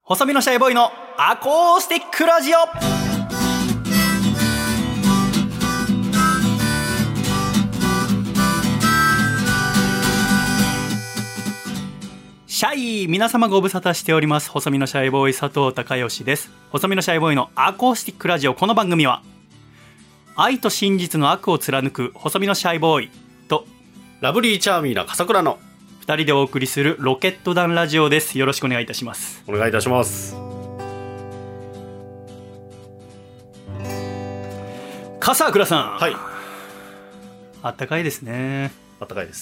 細身のシャイボーイのアコースティックラジオ。シャイ皆様ご無沙汰しております。細身のシャイボーイ佐藤孝義です。細身のシャイボーイのアコースティックラジオ。この番組は愛と真実の悪を貫く細身のシャイボーイとラブリーチャーミーな笠倉の 2人でお送りするロケット団ラジオです。よろしくお願いいたします。 お願いいたします。 笠倉さん、 はい、 あったかいですね。 あったかいです。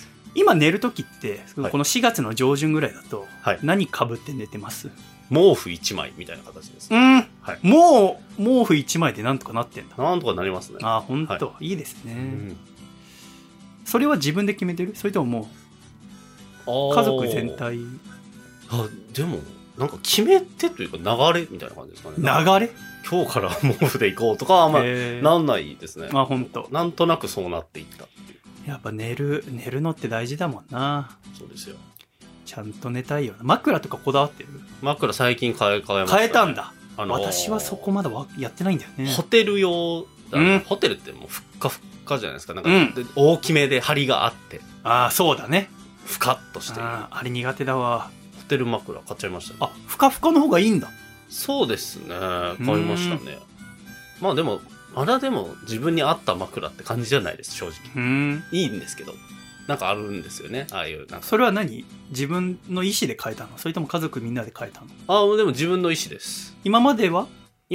今寝るときって、 はい、 この4月の上旬ぐらいだと、 はい、 何かぶって寝てます？ 毛布1枚みたいな形です、 はい、もう毛布1枚でなんとかなってんだ。 なんとかなりますね。 あ、本当、はい、いいですね、それは自分で決めてる？それとももう家族全体？ でもなんか決めてというか流れみたいな感じですかね。 流れ？ 今日から毛布で行こうとかはあんまなんないですね。 あ、本当。 なんとなくそうなっていったっていう。 やっぱ寝るのって大事だもんな。 そうですよ。 ちゃんと寝たいよな。枕とかこだわってる？ 枕最近変えましたね。 変えたんだ。私はそこまだやってないんだよね。 ホテル用、ホテルってもうふっかふっかじゃないですか。なんか、大きめで張りがあって。 ああ、そうだね。 ふかっとしてる。 あれ苦手だわ。 ホテル枕買っちゃいましたね。 あ、ふかふかの方がいいんだ。そうですね。買いましたね。まあでも、まだでも自分に合った枕って感じじゃないです、正直。いいんですけど。なんかあるんですよね、ああいうなんか。 それは何？自分の意思で変えたの？それとも家族みんなで変えたの？ ああ、でも自分の意思です。 今までで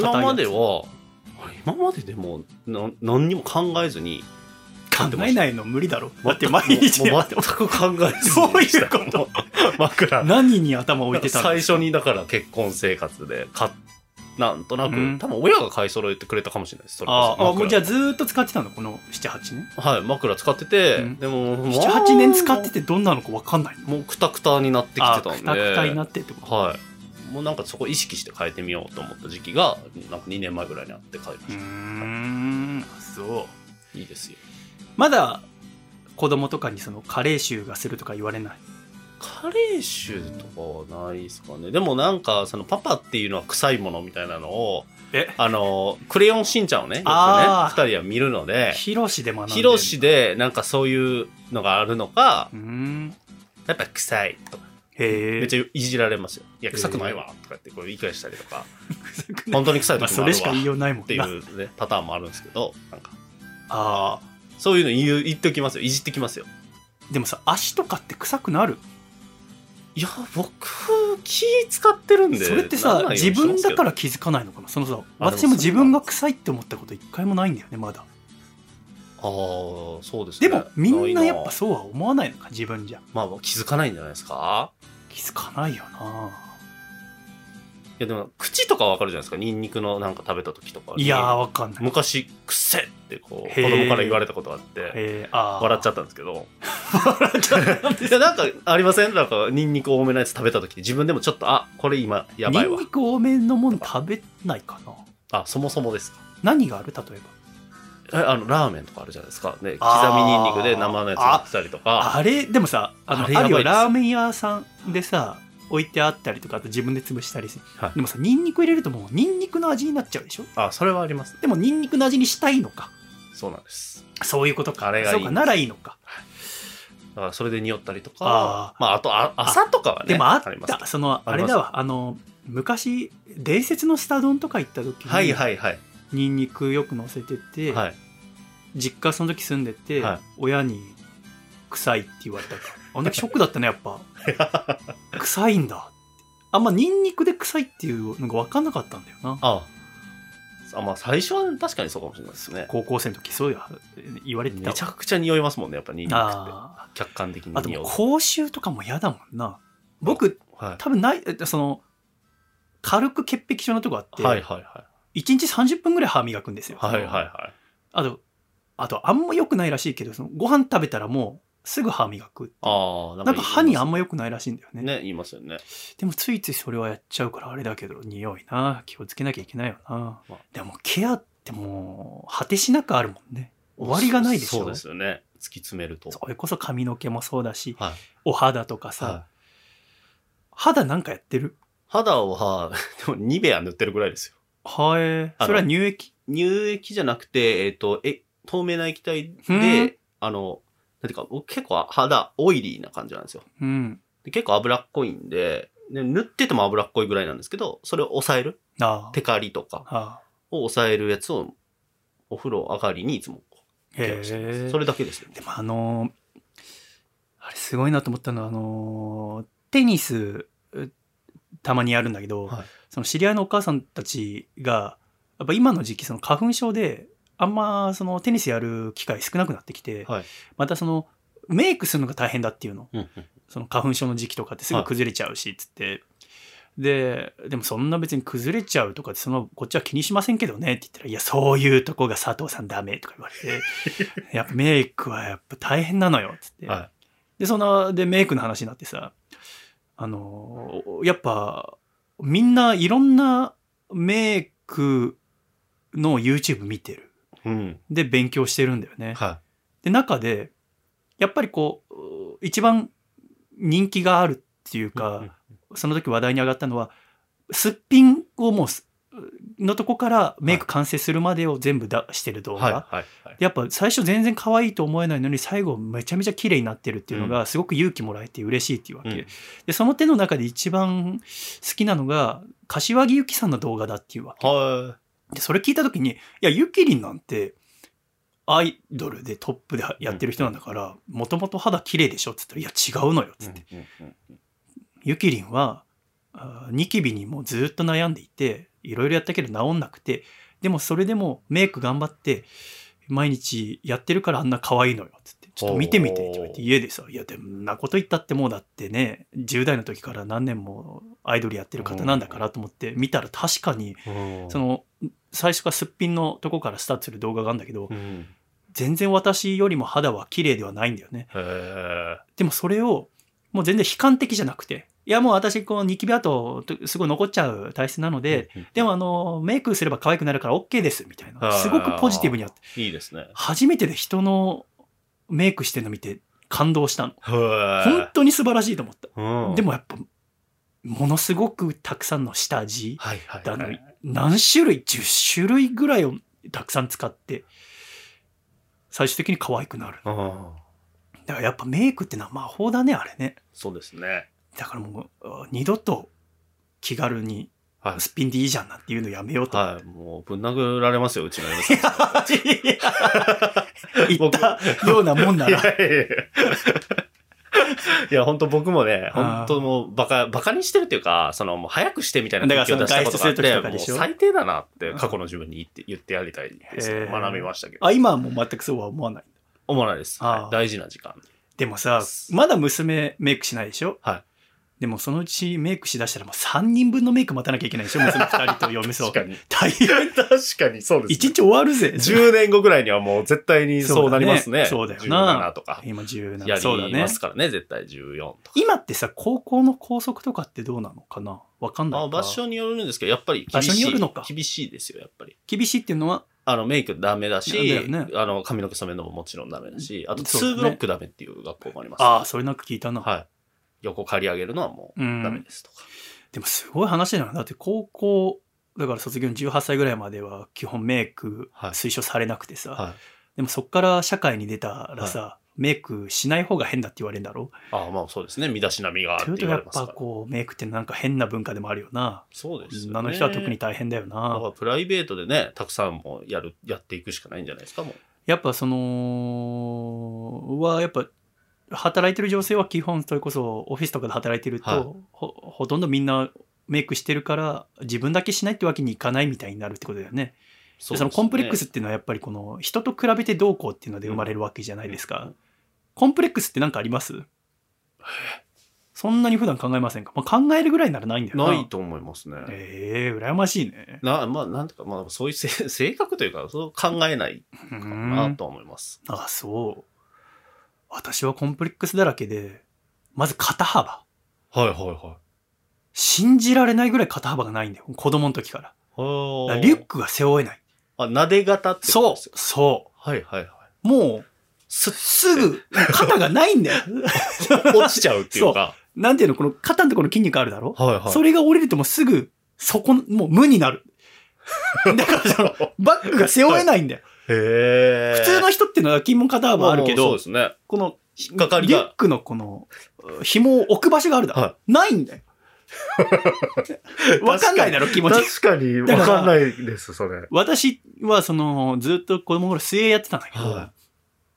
も何にも考えずに。 考えないの無理だろ。だって毎日もう全く考えずに。 どういうこと？ 枕。 何に頭置いてたの？ 最初にだから結婚生活でなんとなく、多分親が買い揃えてくれたかもしれないです。それこそ。 もうじゃあずーっと使ってたの？この 7,8 年？ はい、枕使ってて、でも 7,8 年使っててどんなのか分かんないの？ もうクタクタになってきてたんで。 クタクタになってってこと？ はい。もうなんかそこ意識して変えてみようと思った時期がなんか2年前ぐらいにあって変えました。 そう。 いいですよ。 まだ子供とかにその加齢臭がするとか言われない？ 加齢臭とかはないですかね。でもなんかそのパパっていうのは臭いものみたいなのをクレヨンしんちゃんをね、よくね2人は見るので、 ヒロシで学んでる。 ヒロシでなんかそういうのがあるのか、やっぱ臭いとかめっちゃいじられますよ。いや臭くないわとかってこう言い返したりとか、本当に臭い時もあるわそれしか言いようないもんなっていうねパターンもあるんですけど、なんかそういうの言っておきますよ。いじってきますよ。 でもさ、足とかって臭くなる？ いや、僕気使ってるんで。 それってさ、自分だから気づかないのかな。そのさ、私も自分が臭いって思ったこと一回もないんだよね、まだ。 そうですね。 でもみんなやっぱそうは思わないのか、自分じゃ。 まあ気づかないんじゃないですか。 気づかないよな。 いやでも口とかわかるじゃないですか。ニンニクのなんか食べた時とか。 いやー、わかんない。 昔くせってこう子供から言われたことがあって笑っちゃったんですけど。笑っちゃったんです。なんかありません？なんかニンニク多めのやつ食べた時自分でもちょっとこれ今やばいわ。 ニンニク多めのもの食べないかな。 そもそもですか。 何がある？例えばラーメンとかあるじゃないですかね。刻みニンニクで生のやつ乗ってたりとか。 あれでもさ、あるよ、ラーメン屋さんでさ置いてあったりとか、あと自分で潰したりする、でもさ、ニンニク入れるともうニンニクの味になっちゃうでしょ。 それはあります。 でもニンニクの味にしたいのか。 そうなんです。 そういうことか。 あれがいい。 そうか、ならいいのか。 だからそれで匂ったりとか、あと朝とかはね。 でもあった、あれだわ、昔伝説のスタ丼とか行った時に、ニンニクよく乗せてて、実家その時住んでて、親に臭いって言われたから、あの時ショックだったね、やっぱ。臭いんだ。あんまニンニクで臭いっていうのが分かんなかったんだよな。 まあ最初は確かにそうかもしれないですね。 高校生の時そう言われてた。 めちゃくちゃ匂いますもんね、やっぱニンニクって。客観的に匂う。 あと口臭とかも嫌だもんな。僕、多分ない、軽く潔癖症のとこあって、1日30分ぐらい歯磨くんですよ。あとあんま良くないらしいけど、ご飯食べたらもうすぐ歯磨く。なんか歯にあんま良くないらしいんだよね。 ね、言いますよね。 でもついついそれはやっちゃうからあれだけど、匂いな、気をつけなきゃいけないよな。でもケアってもう果てしなくあるもんね。終わりがないでしょ。 そうですよね。突き詰めると。 それこそ髪の毛もそうだし、お肌とかさ、肌なんかやってる？ 肌は、でもニベア塗ってるぐらいですよ。 それは乳液？ 乳液じゃなくて、透明な液体で、なんていうか、結構肌オイリーな感じなんですよ。 うん。 で結構脂っこいんで、塗ってても脂っこいぐらいなんですけど、それを抑えるテカリとかを抑えるやつをお風呂上がりにいつもケアしてます。それだけですね。 でもあれすごいなと思ったのはテニスたまにやるんだけど、その知り合いのお母さんたちがやっぱ今の時期その花粉症であんまそのテニスやる機会少なくなってきて、またそのメイクするのが大変だっていうの、その花粉症の時期とかってすぐ崩れちゃうしっつって、でもそんな別に崩れちゃうとかこっちは気にしませんけどねって言ったら、いやそういうとこが佐藤さんダメとか言われてやっぱメイクはやっぱ大変なのよっつって、でメイクの話になってさ、やっぱみんないろんなメイクの YouTube 見てる、で勉強してるんだよね、で中でやっぱりこう一番人気があるっていうか、その時話題に上がったのはすっぴんをもうのとこからメイク完成するまでを全部出してる動画、やっぱ最初全然可愛いと思えないのに最後めちゃめちゃ綺麗になってるっていうのがすごく勇気もらえて嬉しいっていうわけ、でその手の中で一番好きなのが柏木由紀さんの動画だっていうわけ、でそれ聞いた時に、いやゆきりんなんてアイドルでトップでやってる人なんだからもともと肌綺麗でしょっつったら、いや違うのよっつって、ゆきりんはニキビにもずっと悩んでいていろいろやったけど治んなくて、でもそれでもメイク頑張って毎日やってるからあんな可愛いのよっつって、ちょっと見てみてって言われて家でさ、いやでもなこと言ったってもうだってね10代の時から何年もアイドルやってる方なんだからと思って見たら、確かにその最初からすっぴんのとこからスタートする動画があるんだけど、全然私よりも肌は綺麗ではないんだよね。でもそれをもう全然悲観的じゃなくて、いやもう私こうニキビ跡すごい残っちゃう体質なので、でもメイクすれば可愛くなるから OK ですみたいな、すごくポジティブにあって、 いいですね。 初めてで人のメイクしてるの見て感動したの。本当に素晴らしいと思った。でもやっぱものすごくたくさんの下地だの、何種類10種類ぐらいをたくさん使って最終的に可愛くなる。だからやっぱメイクってのは魔法だね、あれね。 そうですね。 だからもう二度と気軽にすっぴんでいいじゃんなんていうのやめようと。 もうぶん殴られますよ、うちの嫁さん。言ったようなもんなら。 いや、本当僕もね、本当もうバカにしてるっていうか、もう早くしてみたいな空気を出したことがあって、もう最低だなって過去の自分に言ってやりたいです。学びましたけど。 今はもう全くそうは思わない？ 思わないです。大事な時間。 でもさ、まだ娘メイクしないでしょ？でもそのうちメイクしだしたらもう3人分のメイク待たなきゃいけないでしょ、娘2人と嫁そう。 確かに。 大変。 確かにそうです、ね。 1日終わるぜ。 10年後ぐらいにはもう絶対にそうなりますね。 そうだよな。 17とか。 今17。 やりますからね、絶対14とか。 今ってさ、高校の校則とかってどうなのかな？わかんないか。 場所によるんですけど、やっぱり厳しい。場所によるのか。厳しいですよ、やっぱり。 厳しいっていうのはメイクダメだし、髪の毛染めるのももちろんダメだし、あと2ブロックダメっていう学校もあります。 それなんか聞いたな。 横刈り上げるのはもうダメですとか。 でもすごい話だよな。だって高校、だから卒業の18歳ぐらいまでは基本メイク推奨されなくてさ。でもそっから社会に出たらさ、メイクしない方が変だって言われるんだろ？ まあそうですね。身だしなみがあるって言われますから。 やっぱこうメイクってなんか変な文化でもあるよな。 そうですよね。 女の人は特に大変だよな。 だからプライベートでね、たくさんもやっていくしかないんじゃないですか、もう。 やっぱやっぱ働いてる女性は基本それこそオフィスとかで働いてると、ほとんどみんなメイクしてるから自分だけしないってわけにいかないみたいになるってことだよね。そのコンプレックスっていうのはやっぱりこの人と比べてどうこうっていうので生まれるわけじゃないですか。コンプレックスって何かあります？そんなに普段考えませんか？考えるぐらいならないんだよな。 ないと思いますね。 羨ましいね。 なんていうか、そういう性格というか、そう考えないかなと思います。 そう。私はコンプレックスだらけで、まず肩幅。信じられないぐらい肩幅がないんだよ。子供の時から。リュックが背負えない。 撫で型ってことですよ。 そう。もう、すぐ、肩がないんだよ。 落ちちゃうっていうか。 なんていうの、この肩のところの筋肉あるだろ、 はいはい、 それが折れるともうすぐ、もう無になる。だからその、バッグが背負えないんだよ。 へ普通の人っていうのは筋も肩幅あるけど、 そうですね。 この、 引っかかりが。 リュックのこの、紐を置く場所があるだろ、はい、ないんだよ。わかんないだろ、気持ち。 確かに、わかんないです、それ。 私は、ずっと子供頃水泳やってたんだけど、はい、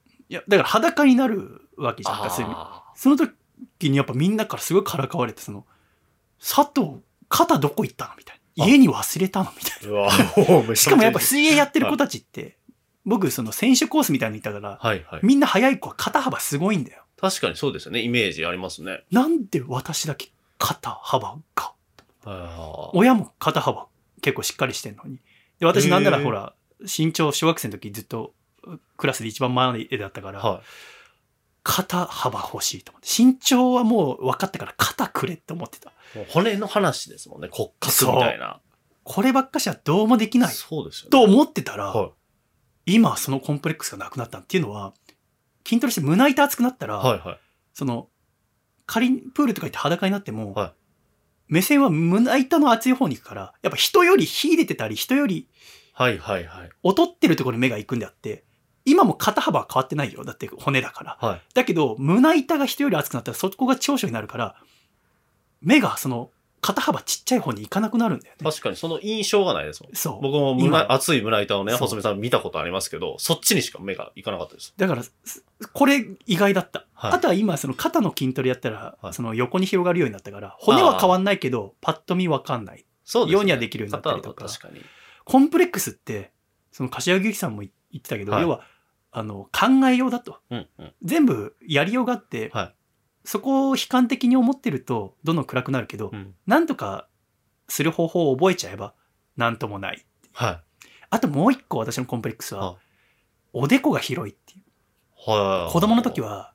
いや、だから裸になるわけじゃんか、その時にやっぱみんなからすごいからかわれて、佐藤、肩どこ行ったのみたいな。家に忘れたのみたいな。しかもやっぱ水泳やってる子たちって、僕、選手コースみたいに行ったから、 はいはい、 みんな速い子は肩幅すごいんだよ。 確かにそうですよね。イメージありますね。 なんで私だけ肩幅が。親も肩幅結構しっかりしてんのに。で、私なんならほら、身長小学生の時ずっとクラスで一番前だったから、はい、肩幅欲しいと思って。身長はもう分かってから肩くれって思ってた。 もう骨の話ですもんね。骨格みたいな。 こればっかしはどうもできない。 そうですよね。 と思ってたら、 はい、 今そのコンプレックスがなくなったっていうのは、筋トレして胸板厚くなったら、 はいはい、 仮にプールとか行って裸になっても、 はい、 目線は胸板の厚い方に行くから、やっぱ人より秀でてたり、人より、 はいはいはい。 劣ってるところに目が行くんであって、今も肩幅は変わってないよ。だって骨だから。 はい、 だけど、胸板が人より厚くなったら、そこが長所になるから、目が肩幅ちっちゃい方に行かなくなるんだよね。 確かにその印象がないですもん。 そう。 僕も厚い胸板をね、細見さん見たことありますけど、そっちにしか目が行かなかったです。 だから、これ意外だった。 はい、 あとは今、肩の筋トレやったら、はい、横に広がるようになったから、骨は変わんないけど、パッと見わかんない。 そうですね。 ようにはできるようになったりとか。 確かに。 コンプレックスって、柏木由紀さんも言ってたけど、はい、要は、考えようだと。 うんうん、 全部やりようがあって、 はい、 そこを悲観的に思ってると、どんどん暗くなるけど、なんとかする方法を覚えちゃえば、なんともない。 はい。 あともう一個私のコンプレックスは、おでこが広いっていう。 はい。 子供の時は、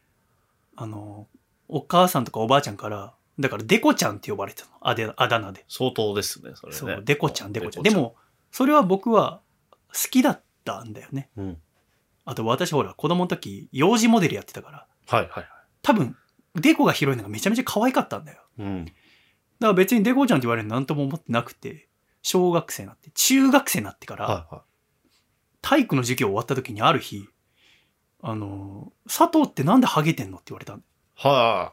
お母さんとかおばあちゃんから、だからデコちゃんって呼ばれてたの。あだ名で。 相当ですね、それね。 そう、デコちゃん。でも、それは僕は好きだったんだよね。 うん。 あと私ほら、子供の時、幼児モデルやってたから。 はいはいはい。 多分、デコが広いのがめちゃめちゃ可愛かったんだよ。 うん。 だから別にデコちゃんって言われるのなんとも思ってなくて、小学生になって、中学生になってから、 はいはい、 体育の授業終わった時にある日、佐藤ってなんでハゲてんのって言われたんだよ。 はい、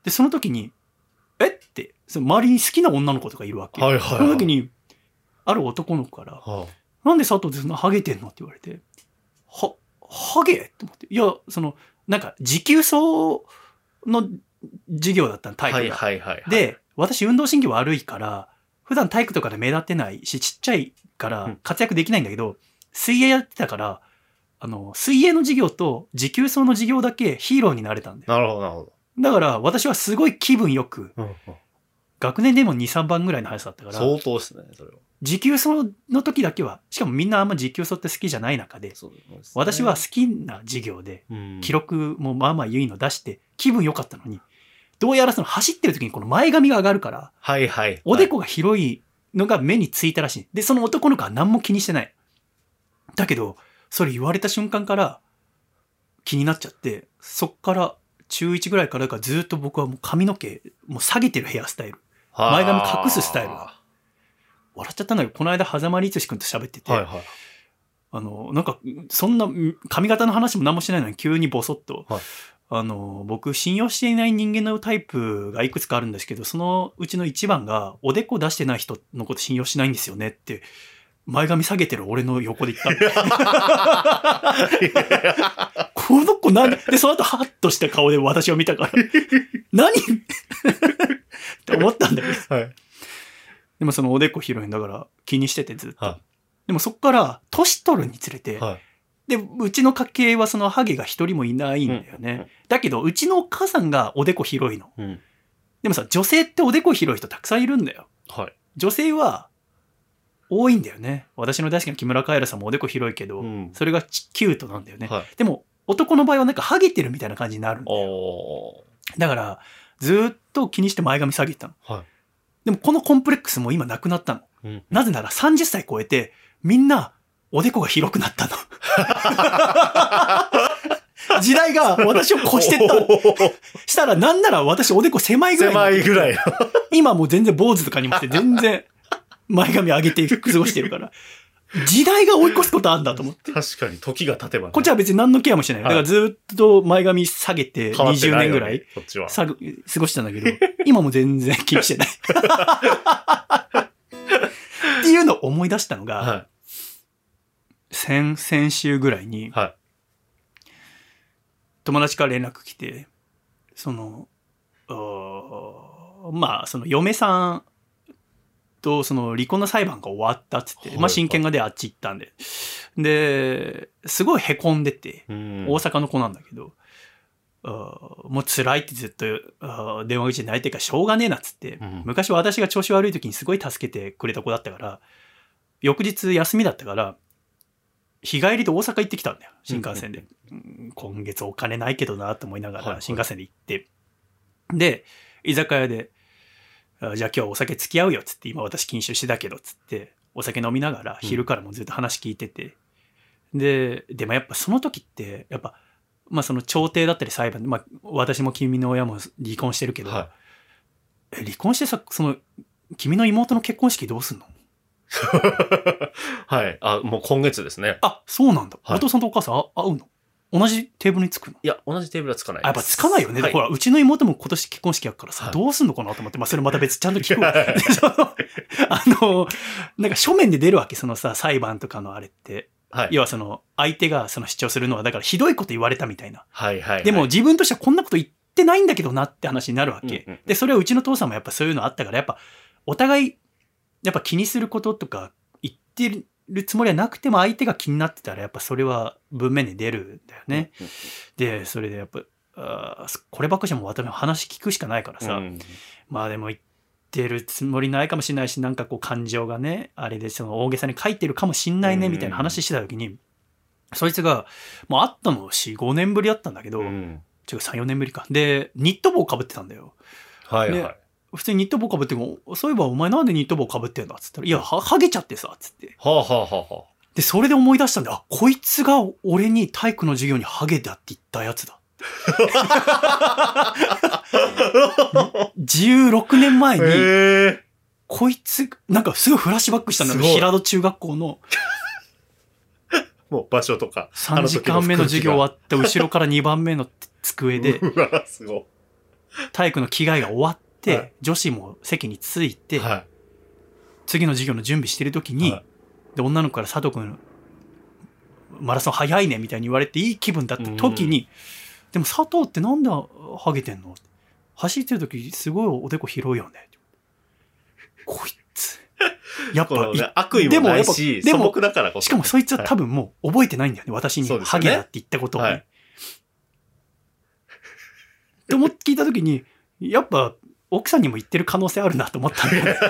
で、その時に、えって、周りに好きな女の子とかいるわけ。 はいはいはい、 その時に、ある男の子から、 はい、 なんで佐藤ってそんなハゲてんのって言われて、ハゲって思って。いや、なんか、持久走の授業だったの、体育が。 はいはいはいはい、 で、私運動神経悪いから、普段体育とかで目立ってないし、ちっちゃいから活躍できないんだけど、水泳やってたから、水泳の授業と持久走の授業だけヒーローになれたんだよ。 なるほど、なるほど。 だから私はすごい気分よく、学年でも2、3番ぐらいの速さだったから。 相当ですね、それは。 持久走の時だけは、しかもみんなあんま持久走って好きじゃない中で、 そうですね、 私は好きな授業で、記録もまあまあ優位の出して、気分良かったのに、どうやら走ってる時にこの前髪が上がるから、 はいはいはい、 おでこが広いのが目についたらしい。で、その男の子は何も気にしてない。だけど、それ言われた瞬間から気になっちゃって、そっから中1ぐらいからかずっと僕はもう髪の毛、もう下げてるヘアスタイル。前髪隠すスタイルが。笑っちゃったんだけど、この間、狭間律史くんと喋ってて、 はいはい、 なんか、そんな髪型の話も何もしないのに急にボソッと、 はい、 僕信用していない人間のタイプがいくつかあるんですけど、そのうちの一番がおでこ出してない人のこと信用しないんですよねって前髪下げてる俺の横で言ったこの子何でその後ハッとした顔で私を見たから何って思ったんだけど、 はい、 でもそのおでこ広いんだから気にしててずっと、 はい、 でもそっから年取るにつれて、 はい、 で、うちの家系はそのハゲが一人もいないんだよね。だけど、うちのお母さんがおでこ広いの。でもさ、女性っておでこ広い人たくさんいるんだよ。 はい、 女性は多いんだよね。私の大好きな木村カエラさんもおでこ広いけど、それがキュートなんだよね。 はい、 でも、男の場合はなんかハゲてるみたいな感じになるんだよ。だから、ずっと気にして前髪下げてたの。 はい、 でも、このコンプレックスも今なくなったの。なぜなら30歳超えて、みんな、おでこが広くなったの。 時代が私を越してった。したらなんなら私おでこ狭いぐらい。 狭いぐらい。 今もう全然坊主とかにもして全然前髪上げて過ごしてるから。時代が追い越すことあんだと思って。 確かに時が経てば、ね。 こっちは別に何のケアもしてない。だからずっと前髪下げて20年ぐらいこっちは過ごしたんだけど、今も全然気にしてない。っていうのを思い出したのが、はい、先週ぐらいに、はい、友達から連絡来て、まあ、その嫁さんとその離婚の裁判が終わったっつって、はい、まあ親権がであっち行ったんで。で、すごい凹んでて、大阪の子なんだけど、もう辛いってずっと電話口で泣いてるからしょうがねえなっつって、昔私が調子悪い時にすごい助けてくれた子だったから、翌日休みだったから、日帰りで大阪行ってきたんだよ、新幹線で。今月お金ないけどなと思いながら新幹線で行って。で、居酒屋で、じゃあ今日はお酒付き合うよっつって、今私禁酒してたけどっつって、お酒飲みながら昼からもずっと話聞いてて。でもやっぱその時って、やっぱ、まあその調停だったり裁判で、まあ私も君の親も離婚してるけど、はい、離婚してさ、君の妹の結婚式どうすんの？ はい。もう今月ですね。 あ、そうなんだ。はい、お父さんとお母さん会うの？同じテーブルにつくの？ いや、同じテーブルはつかないです。 やっぱつかないよね。はい、ほら、うちの妹も今年結婚式やるからさ、はい、どうすんのかなと思って、まあそれまた別ちゃんと聞くわ。なんか書面で出るわけ、そのさ、裁判とかのあれって。はい、要は相手が主張するのは、だからひどいこと言われたみたいな。 はいはいはい、 でも自分としてはこんなこと言ってないんだけどなって話になるわけ。うんうん、で、それはうちの父さんもやっぱそういうのあったから、やっぱお互い、やっぱ気にすることとか言ってるつもりはなくても相手が気になってたらやっぱそれは文面に出るんだよね。うんうん、で、それでやっぱ、こればっかしも私も話聞くしかないからさ、うん、まあでも言ってるつもりないかもしれないし、なんかこう感情がね、あれで大げさに書いてるかもしんないねみたいな話してた時に、そいつが、もう会ったの4、5年ぶりだったんだけど、違う、3、4年ぶりか。で、ニット帽被ってたんだよ。 はいはい。 普通にニット帽被っても、そういえばお前なんでニット帽被ってんだっつったら、いや、はげちゃってさ、つって。 はあはあはあ。 で、それで思い出したんで、こいつが俺に体育の授業にハゲだって言ったやつだ。16年前に、こいつ、なんかすごいフラッシュバックしたんだよ。平戸中学校の。 もう場所とか。 3時間目の授業終わって、後ろから2番目の机で、 すごい。 体育の着替えが終わって、はい、女子も席に着いて、はい、次の授業の準備してる時に、はい、で、女の子から佐藤くん、マラソン早いねみたいに言われていい気分だった時に、でも佐藤ってなんでハゲてんの？走ってる時すごいおでこ広いよね。こいつ。やっぱ、 ね、悪意もないし、素朴だからこそ。 しかもそいつは多分もう覚えてないんだよね。私にハゲだって言ったことをね。はい、と思って聞いた時に、やっぱ奥さんにも言ってる可能性あるなと思ったんだよね。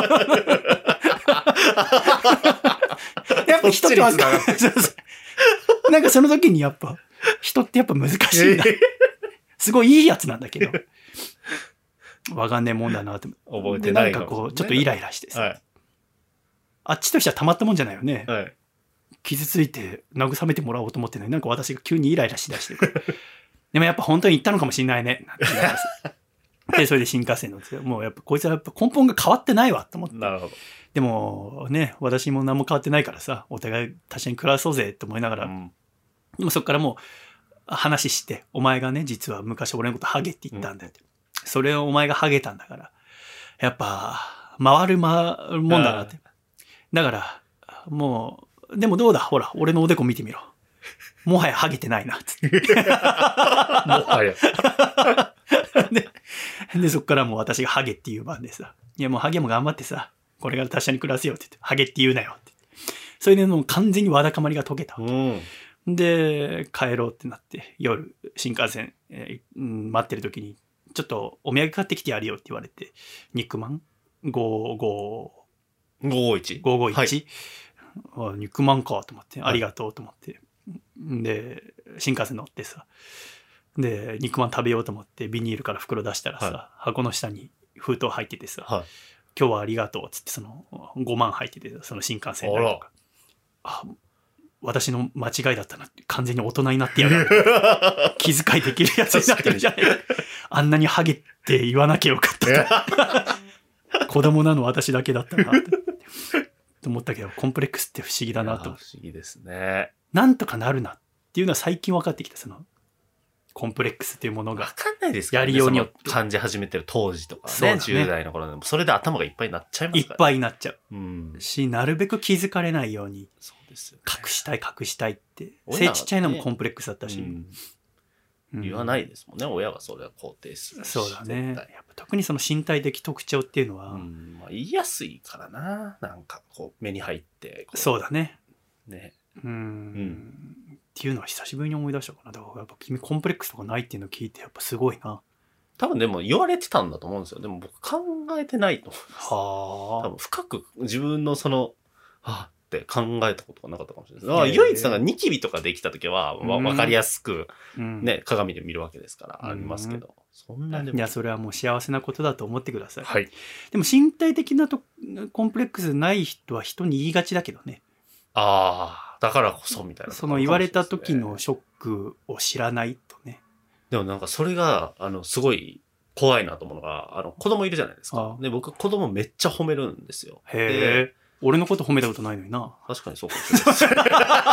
やっぱ人ってなんかその時にやっぱ人ってやっぱ難しいな。すごいいいやつなんだけど。わかんねえもんだなって。 覚えてないなんかこう、ちょっとイライラしてさ。はい、あっちとしてはたまったもんじゃないよね。はい、傷ついて慰めてもらおうと思ってない。なんか私が急にイライラしだしてる。でもやっぱ本当に言ったのかもしれないね。で、それで新幹線乗ってもうやっぱこいつはやっぱ根本が変わってないわと思って。 なるほど。 でもね、私も何も変わってないからさ、お互い他者に暮らそうぜって思いながら、でもそっからもう話して、お前がね、実は昔俺のことハゲって言ったんだよって。それをお前がハゲたんだから、やっぱ回るもんだなって。だから、もう、でもどうだ、ほら、俺のおでこ見てみろ。もはやハゲてないな、つって。もはや。 で、そっからもう私がハゲっていう番でさ、いやもうハゲも頑張ってさ、これから達者に暮らせよって言って、ハゲって言うなよって。それでもう完全にわだかまりが解けたわけ。で、帰ろうってなって、夜、新幹線、待ってる時に、ちょっとお土産買ってきてやるよって言われて、肉まん551。はい、肉まんかと思って、ありがとうと思って。で、新幹線乗ってさ、で、肉まん食べようと思ってビニールから袋出したらさ、はい、箱の下に封筒入っててさ、はい、今日はありがとうっつって5万入ってて、その新幹線代とか。 私の間違いだったな。完全に大人になってやがる。気遣いできるやつになってるじゃない。あんなにハゲって言わなきゃよかったと。子供なの私だけだったなと思ったけど、コンプレックスって不思議だなと。 不思議ですね。 なんとかなるなっていうのは最近分かってきた。そのコンプレックスっていうものが。 分かんないですかやりようによって。 感じ始めてる当時とかね。10代の頃でも。それで頭がいっぱいになっちゃいますから、ね。 いっぱいになっちゃう。 うん。 し、なるべく気づかれないように。 そうですよね。 隠したいって。背ちっちゃいのもコンプレックスだったし。 言わないですもんね。親はそれは肯定するし。 そうだね。やっぱ特にその身体的特徴っていうのは。 まあ、言いやすいからな。なんかこう目に入って。 そうだね。 ね。 っていうのは久しぶりに思い出したかな。だからやっぱ君コンプレックスとかないっていうのを聞いてやっぱすごいな。 多分でも言われてたんだと思うんですよ。でも僕考えてないと思います。 はあ。 多分深く自分のその、って考えたことがなかったかもしれないです。唯一なんかニキビとかできた時は分かりやすくね、鏡で見るわけですからありますけど。そんなでも。 いや、それはもう幸せなことだと思ってください。 はい。 でも身体的なコンプレックスない人は人に言いがちだけどね。 だからこそみたいな、 その言われた時のショックを知らないとね。 でもなんかそれが、すごい怖いなと思うのが、子供いるじゃないですか。で、僕子供めっちゃ褒めるんですよ。 へえ。俺のこと褒めたことないのにな。 確かにそうかもしれない。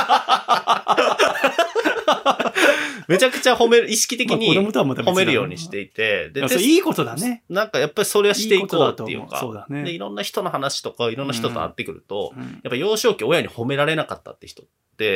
めちゃくちゃ意識的に褒めるようにしていて。 で、いいことだね。 なんかやっぱりそれはしていこうっていうか。 そうだね。 で、いろんな人の話とか、いろんな人と会ってくると、やっぱ幼少期親に褒められなかったって人って、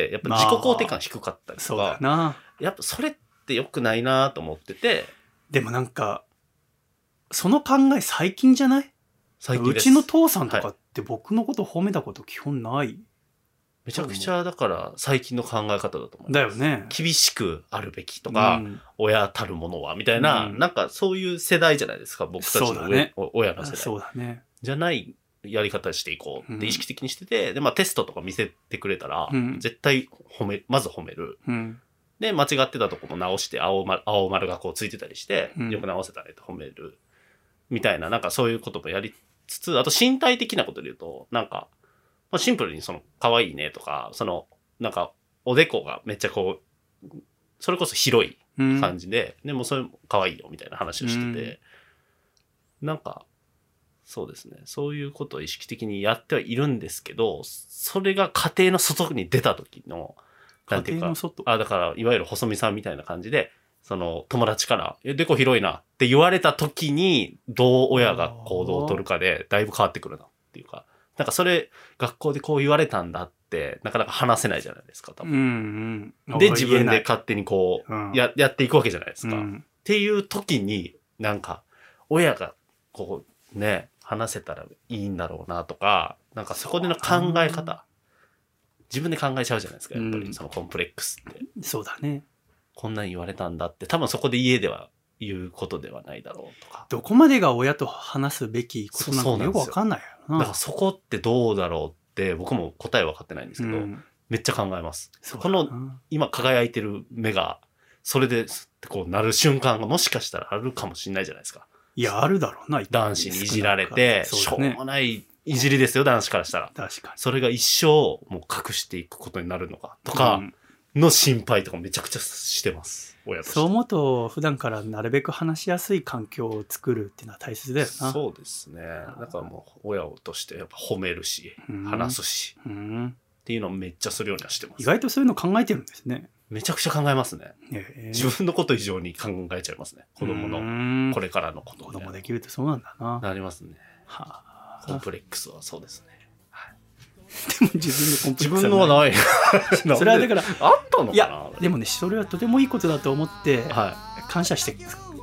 やっぱ自己肯定感低かったりとか。 そうだな。 やっぱそれって良くないなと思ってて。 でもなんか、その考え最近じゃない？ 最近です。 うちの父さんとかって僕のこと褒めたこと基本ない。 めちゃくちゃだから最近の考え方だと思う。 だよね。 厳しくあるべきとか、親たるものはみたいな、なんかそういう世代じゃないですか、僕たちの親の世代。 そうだね。 じゃないやり方していこうって意識的にしてて、で、まあテストとか見せてくれたら、絶対まず褒める。で、間違ってたとこも直して、青丸がこうついてたりして、よく直せたねと褒める。みたいな、なんかそういうこともやりつつ、あと身体的なことで言うと、なんか、シンプルに可愛いねとか、なんか、おでこがめっちゃこう、それこそ広い感じで、でもそれも可愛いよみたいな話をしてて、なんか、そうですね。そういうことを意識的にやってはいるんですけど、それが家庭の外に出た時の、なんていうか、だから、いわゆる細見さんみたいな感じで、友達から、でこ広いなって言われた時に、どう親が行動を取るかで、だいぶ変わってくるなっていうか、なんかそれ、学校でこう言われたんだって、なかなか話せないじゃないですか、多分。で、自分で勝手にこう、やっていくわけじゃないですか。っていう時に、なんか、親が、こう、ね、話せたらいいんだろうなとか、なんかそこでの考え方、自分で考えちゃうじゃないですか、やっぱりそのコンプレックスって。 そうだね。 こんなん言われたんだって、多分そこで家では言うことではないだろうとか。 どこまでが親と話すべきことなのかよくわかんないよな。 だからそこってどうだろうって僕も答え分かってないんですけど、めっちゃ考えます。この今輝いてる目が、それでこうなる瞬間がもしかしたらあるかもしれないじゃないですか。 いや、あるだろうな。 男子にいじられて、しょうもないいじりですよ、男子からしたら。 確かに。 それが一生もう隠していくことになるのかとか、の心配とかめちゃくちゃしてます。親として。 そう思うと、普段からなるべく話しやすい環境を作るっていうのは大切だよな。 そうですね。だからもう親としてやっぱ褒めるし、話すし、っていうのをめっちゃするようにはしてます。 意外とそういうの考えてるんですね。 めちゃくちゃ考えますね。自分のこと以上に考えちゃいますね。子供のこれからのこと。 子供できるとそうなんだな。 なりますね。コンプレックスはそうですね。 でも自分のコンプレックス自分のはない。 それはだからあったのかな。 いやでもね、それはとてもいいことだと思って感謝して、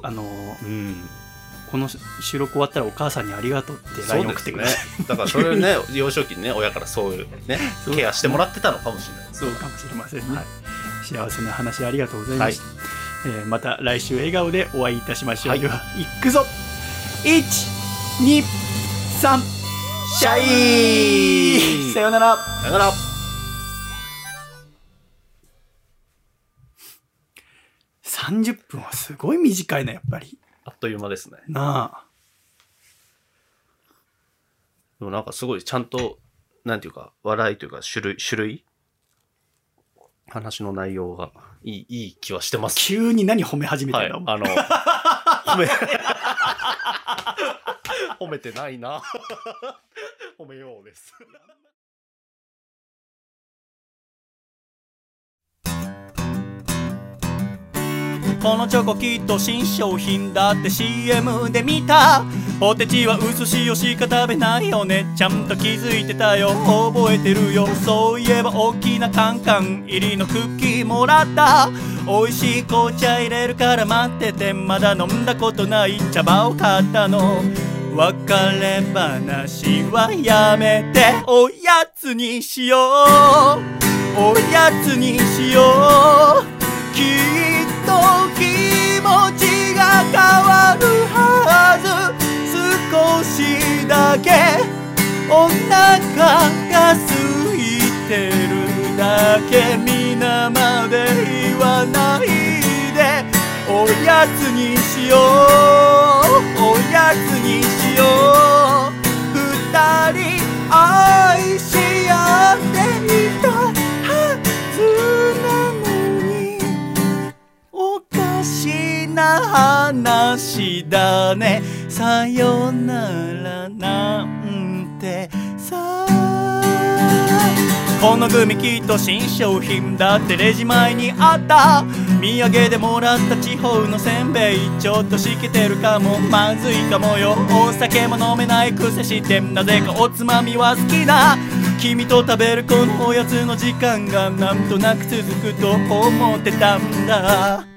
この収録終わったらお母さんにありがとうって LINE 送ってくれ。 だからそれね、幼少期にね、親からそういうねケアしてもらってたのかもしれない。 そうかもしれませんね。幸せな話ありがとうございました。また来週笑顔でお会いいたしましょう。では、いくぞ。1、2、3、シャイ。さよなら。 さよなら。 30分はすごい短いね、やっぱり。 あっという間ですね。 なあ。 でもなんかすごいちゃんと、なんていうか、笑いというか種類話の内容がいい気はしてます。 急に何褒め始めてるの？ はい、褒めてないな。褒めようです。 このチョコきっと新商品だって CM で見た。ポテチは薄塩しか食べないよね、ちゃんと気づいてたよ、覚えてるよ。そういえば大きなカンカン入りのクッキーもらった。美味しい紅茶入れるから待ってて、まだ飲んだことない茶葉を買ったの。別れ話はやめておやつにしよう、おやつにしよう。きっと気持ちが変わるはず。少しだけお腹が空いてるだけ、皆まで言わないでおやつにしよう、おやつにしよう。二人愛し合っていたはずなのに、おかしな話だね。さよならなんてさ。このグミきっと新商品だってレジ前にあった。土産でもらった地方のせんべい、ちょっとしけてるかも、まずいかもよ。お酒も飲めないくせしてなぜかおつまみは好きだ。君と食べるこのおやつの時間がなんとなく続くと思ってたんだ。